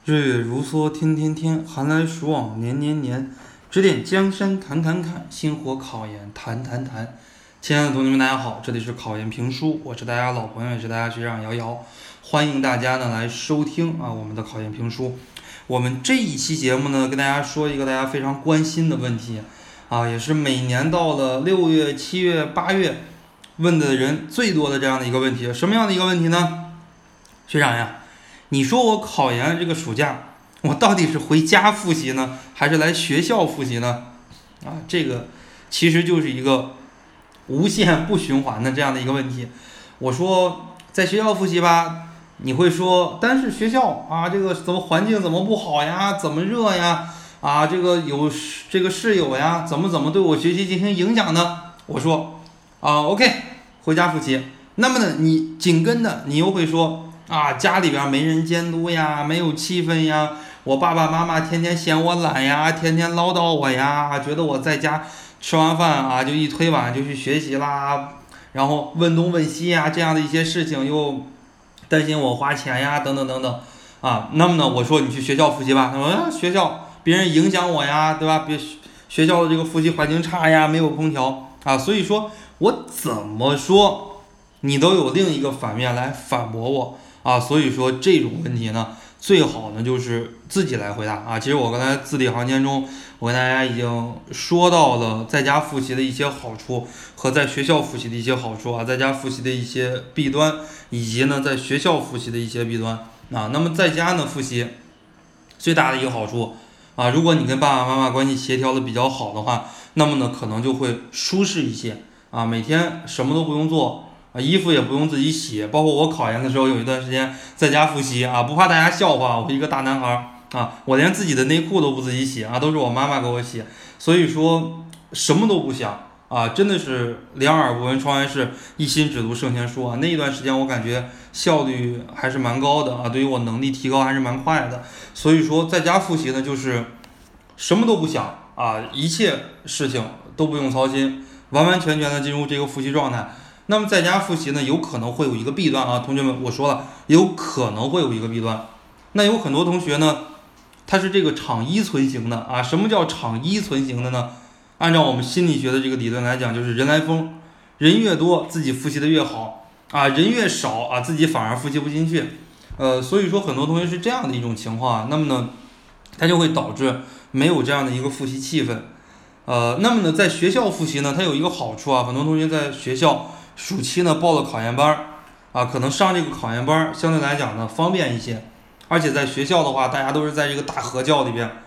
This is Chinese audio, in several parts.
日月如梭，天天天，寒来暑往，年年年。指点江山，侃侃侃，星火考研，谈谈谈。亲爱的同学们，大家好，这里是考研评书，我是大家老朋友，也是大家学长瑶瑶，欢迎大家呢来收听我们的考研评书。我们这一期节目呢，跟大家说一个大家非常关心的问题也是每年到了6月、7月、8月问的人最多的这样的一个问题。什么样的一个问题呢？学长呀，你说我考研这个暑假，我到底是回家复习呢，还是来学校复习呢？这个其实就是一个无限不循环的这样的一个问题。我说在学校复习吧，你会说，但是学校这个怎么环境怎么不好呀，怎么热呀，这个有这个室友呀，怎么对我学习进行影响呢？我说OK， 回家复习。那么呢，你紧跟的你又会说家里边没人监督呀，没有气氛呀，我爸爸妈妈天天嫌我懒呀，天天唠叨我呀，觉得我在家吃完饭就一推碗就去学习啦，然后问东问西呀，这样的一些事情又担心我花钱呀，等等等等那么呢，我说你去学校复习吧。他说学校别人影响我呀，对吧？学校的这个复习环境差呀，没有空调所以说我怎么说你都有另一个反面来反驳我所以说这种问题呢，最好呢就是自己来回答其实我刚才字里行间中，我跟大家已经说到了在家复习的一些好处和在学校复习的一些好处在家复习的一些弊端，以及呢在学校复习的一些弊端那么在家呢复习最大的一个好处如果你跟爸爸妈妈关系协调的比较好的话，那么呢可能就会舒适一些每天什么都不用做衣服也不用自己洗，包括我考研的时候有一段时间在家复习不怕大家笑话，我一个大男孩我连自己的内裤都不自己洗都是我妈妈给我洗，所以说什么都不想真的是两耳不闻窗外事，一心只读圣贤书那一段时间我感觉效率还是蛮高的对于我能力提高还是蛮快的。所以说在家复习呢，就是什么都不想一切事情都不用操心，完完全全的进入这个复习状态。那么在家复习呢，有可能会有一个弊端同学们，我说了，有可能会有一个弊端。那有很多同学呢，他是这个场依存型的什么叫场依存型的呢？按照我们心理学的这个理论来讲，就是人来疯，人越多自己复习的越好人越少自己反而复习不进去。所以说很多同学是这样的一种情况那么呢，它就会导致没有这样的一个复习气氛。那么呢，在学校复习呢，它有一个好处很多同学在学校暑期呢报了考研班可能上这个考研班相对来讲呢方便一些，而且在学校的话，大家都是在这个大合教里边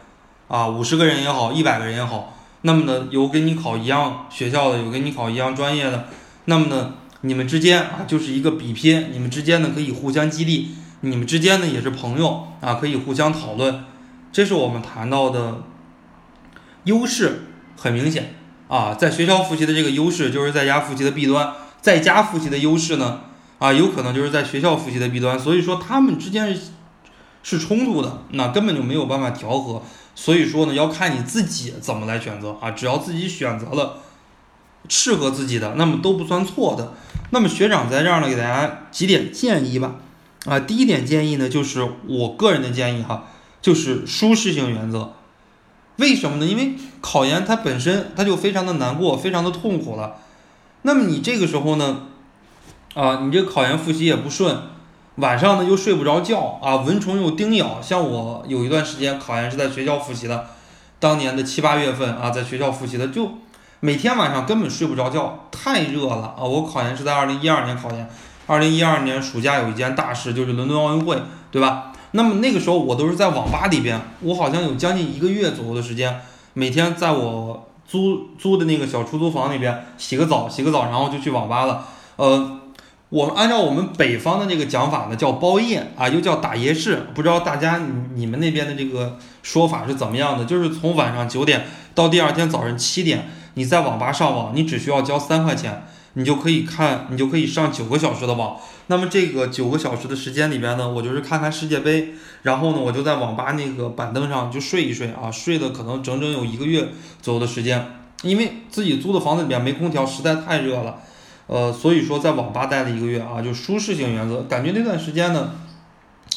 50个人也好，100个人也好，那么呢有跟你考一样学校的，有跟你考一样专业的，那么呢你们之间就是一个比拼，你们之间呢可以互相激励，你们之间呢也是朋友可以互相讨论，这是我们谈到的优势。很明显在学校复习的这个优势就是在家复习的弊端，在家复习的优势呢有可能就是在学校复习的弊端，所以说他们之间是冲突的，那根本就没有办法调和。所以说呢，要看你自己怎么来选择只要自己选择了适合自己的，那么都不算错的。那么学长在这儿呢，给大家几点建议吧第一点建议呢，就是我个人的建议就是舒适性原则。为什么呢？因为考研它本身它就非常的难过，非常的痛苦了。那么你这个时候呢你这个考研复习也不顺，晚上呢又睡不着觉蚊虫又叮咬。像我有一段时间考研是在学校复习的，当年的7、8月份在学校复习的，就每天晚上根本睡不着觉，太热了我考研是在2012年考研，2012年暑假有一件大事，就是伦敦奥运会，对吧？那么那个时候我都是在网吧里边，我好像有将近1个月左右的时间，每天在我租的那个小出租房里边洗个澡，然后就去网吧了。我们按照我们北方的这个讲法呢，叫包夜又叫打夜市，不知道大家你们那边的这个说法是怎么样的？就是从晚上9点到第二天早上7点，你在网吧上网，你只需要交3块钱，你就可以上9个小时的网。那么这个9个小时的时间里边呢，我就是看看世界杯，然后呢我就在网吧那个板凳上就睡一睡睡了可能整整有1个月左右的时间，因为自己租的房子里边没空调，实在太热了。所以说在网吧待了1个月就舒适性原则，感觉那段时间呢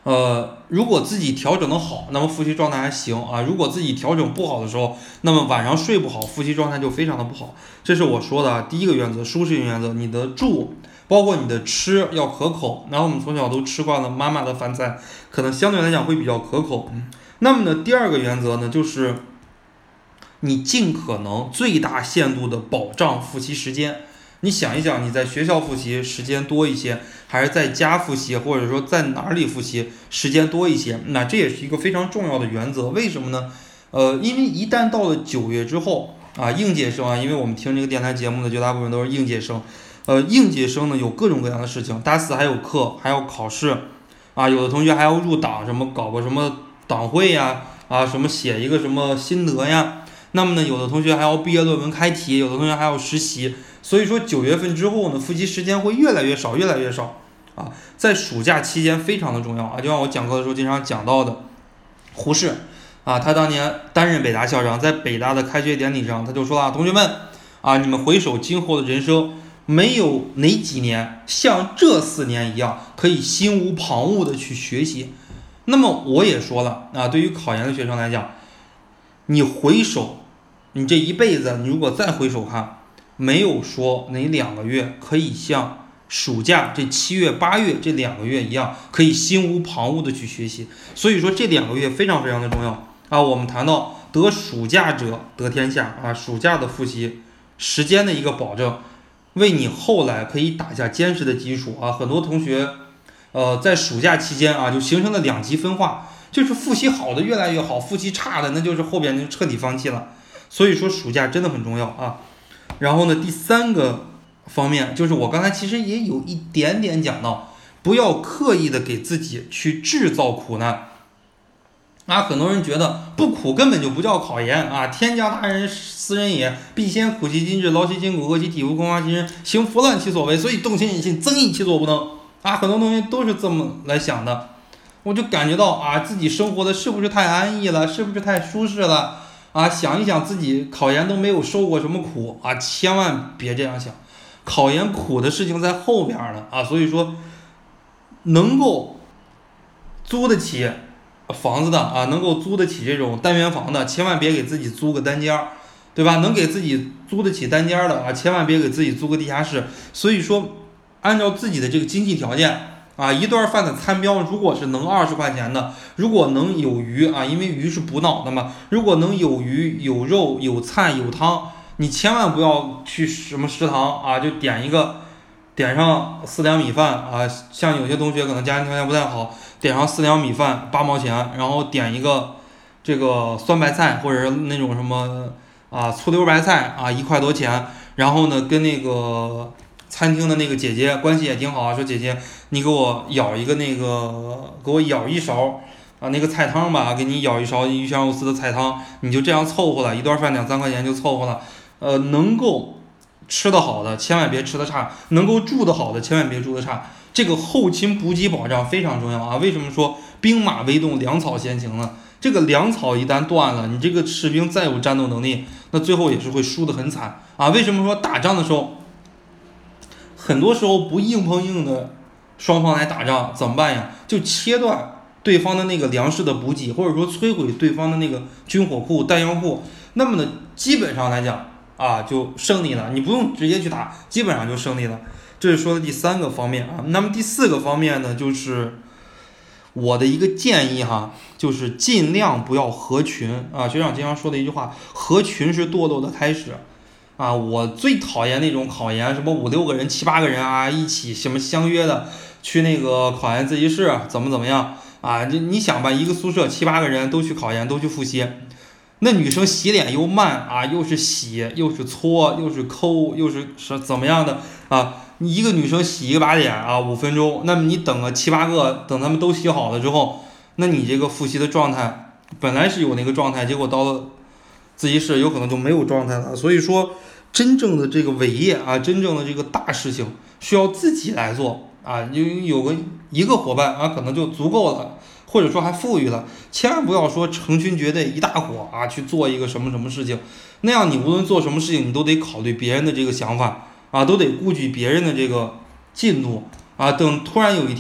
如果自己调整的好，那么复习状态还行啊。如果自己调整不好的时候，那么晚上睡不好，复习状态就非常的不好。这是我说的第一个原则，舒适性原则。你的住，包括你的吃要可口。然后我们从小都吃惯了妈妈的饭菜，可能相对来讲会比较可口。那么呢，第二个原则呢，就是你尽可能最大限度的保障复习时间。你想一想，你在学校复习时间多一些，还是在家复习，或者说在哪里复习时间多一些？那这也是一个非常重要的原则。为什么呢？因为一旦到了9月之后啊，应届生啊，因为我们听这个电台节目的绝大部分都是应届生，应届生呢有各种各样的事情，大4还有课，还要考试啊，有的同学还要入党，什么搞个什么党会呀，什么写一个什么心得呀。那么呢，有的同学还要毕业论文开题，有的同学还要实习。所以说9月份之后呢，复习时间会越来越少，越来越少啊。在暑假期间非常的重要啊，就像我讲课的时候经常讲到的，胡适啊，他当年担任北大校长，在北大的开学典礼上，他就说了，同学们啊，你们回首今后的人生，没有哪几年像这4年一样可以心无旁骛的去学习。那么我也说了啊，对于考研的学生来讲，你回首你这一辈子，你如果再回首看，没有说哪2个月可以像暑假这7月8月这2个月一样，可以心无旁骛的去学习。所以说这2个月非常非常的重要啊。我们谈到得暑假者得天下啊，暑假的复习时间的一个保证，为你后来可以打下坚实的基础啊。很多同学在暑假期间啊，就形成了2极分化，就是复习好的越来越好，复习差的那就是后边就彻底放弃了。所以说暑假真的很重要啊。然后呢，第3个方面就是我刚才其实也有一点点讲到，不要刻意的给自己去制造苦难啊。很多人觉得不苦根本就不叫考研啊，天将大任斯人也，必先苦其心志，劳其筋骨，饿其体肤，空乏其身，行拂乱其所为，所以动心引性，增益其所不能啊。很多同学都是这么来想的，我就感觉到啊，自己生活的是不是太安逸了，是不是太舒适了啊？想一想自己考研都没有受过什么苦啊，千万别这样想，考研苦的事情在后边呢啊。所以说，能够租得起房子的啊，能够租得起这种单元房的，千万别给自己租个单间，对吧？能给自己租得起单间的啊，千万别给自己租个地下室。所以说，按照自己的这个经济条件啊，一顿饭的餐标如果是能20块钱的，如果能有鱼啊，因为鱼是补脑的嘛，如果能有鱼有肉有菜有汤，你千万不要去什么食堂啊，就点上4两米饭啊。像有些同学可能家庭条件不太好，点上4两米饭8毛钱，然后点一个这个酸白菜或者是那种什么醋溜白菜啊，1块多钱，然后呢跟那个餐厅的那个姐姐关系也挺好啊，说姐姐你给我舀一个给我舀一勺啊那个菜汤吧，给你舀一勺鱼香肉丝的菜汤，你就这样凑合了，一顿饭2-3块钱就凑合了。能够吃得好的千万别吃得差，能够住得好的千万别住得差，这个后勤补给保障非常重要啊。为什么说兵马未动，粮草先行呢？这个粮草一旦断了，你这个士兵再有战斗能力，那最后也是会输得很惨啊。为什么说打仗的时候很多时候不硬碰硬的双方来打仗怎么办呀？就切断对方的那个粮食的补给，或者说摧毁对方的那个军火库弹药库，那么呢基本上来讲啊就胜利了，你不用直接去打，基本上就胜利了。这是说的第3个方面啊。那么第4个方面呢，就是我的一个建议哈，就是尽量不要合群啊。学长经常说的一句话，合群是堕落的开始啊。我最讨厌那种考研什么5-6个人7-8个人啊一起什么相约的去那个考研自习室怎么样啊。你想吧，一个宿舍7-8个人都去考研都去复习，那女生洗脸又慢啊，又是洗又是搓又是抠又是怎么样的啊。你一个女生洗一个把脸啊5分钟，那么你等个7-8个，等他们都洗好了之后，那你这个复习的状态本来是有那个状态，结果到了自习室有可能就没有状态了。所以说真正的这个伟业啊，真正的这个大事情需要自己来做啊。有一个伙伴啊可能就足够了，或者说还富裕了，千万不要说成群结队一大伙啊去做一个什么事情，那样你无论做什么事情，你都得考虑别人的这个想法啊，都得顾及别人的这个进度啊。等突然有一天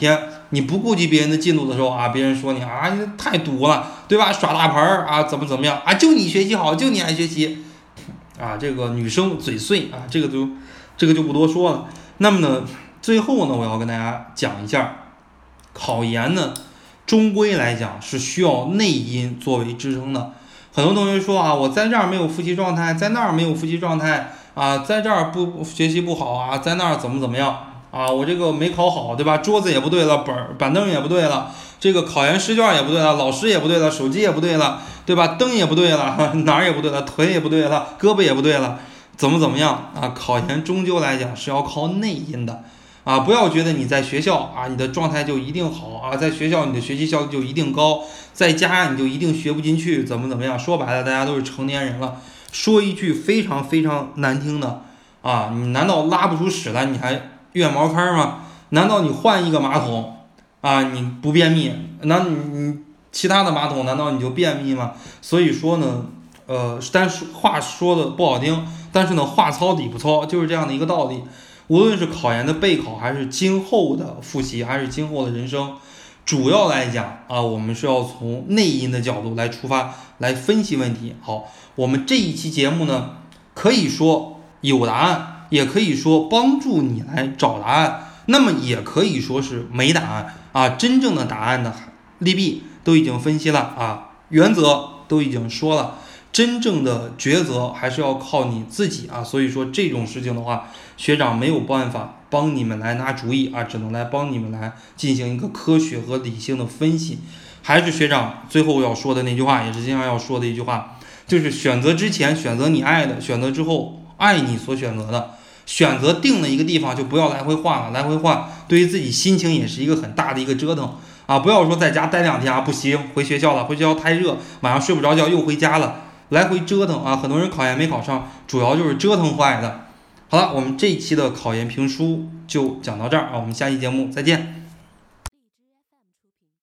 你不顾及别人的进度的时候啊，别人说你啊，你太毒了，对吧？耍大牌啊，怎么样啊？就你学习好，就你爱学习啊，这个女生嘴碎啊，这个就不多说了。那么呢，最后呢，我要跟大家讲一下，考研呢，终归来讲是需要内因作为支撑的。很多同学说啊，我在这儿没有复习状态，在那儿没有复习状态啊，在这儿不学习不好啊，在那儿怎么样啊，我这个没考好，对吧？桌子也不对了，板凳也不对了，这个考研试卷也不对了，老师也不对了，手机也不对了，对吧？灯也不对了，哪儿也不对了，腿也不对了，胳膊也不对了，怎么样啊？考研终究来讲是要靠内因的啊！不要觉得你在学校啊，你的状态就一定好啊，在学校你的学习效率就一定高，在家你就一定学不进去，怎么样？说白了，大家都是成年人了，说一句非常非常难听的啊，你难道拉不出屎来你还怨茅坑吗？难道你换一个马桶啊，你不便秘？那你其他的马桶难道你就便秘吗？所以说呢，但是话说的不好听，但是呢，话糙理不糙，就是这样的一个道理。无论是考研的备考，还是今后的复习，还是今后的人生，主要来讲啊，我们是要从内因的角度来出发，来分析问题。好，我们这一期节目呢，可以说有答案，也可以说帮助你来找答案，那么也可以说是没答案啊。真正的答案的利弊都已经分析了啊，原则都已经说了。真正的抉择还是要靠你自己啊，所以说这种事情的话，学长没有办法帮你们来拿主意啊，只能来帮你们来进行一个科学和理性的分析。还是学长最后要说的那句话，也是经常要说的一句话，就是选择之前选择你爱的，选择之后爱你所选择的。选择定了一个地方就不要来回换了，来回换对于自己心情也是一个很大的一个折腾啊！不要说在家待2天啊，不行，回学校了，回学校太热，晚上睡不着觉又回家了。来回折腾啊，很多人考研没考上，主要就是折腾坏的。好了，我们这一期的考研评书就讲到这儿啊，我们下期节目再见。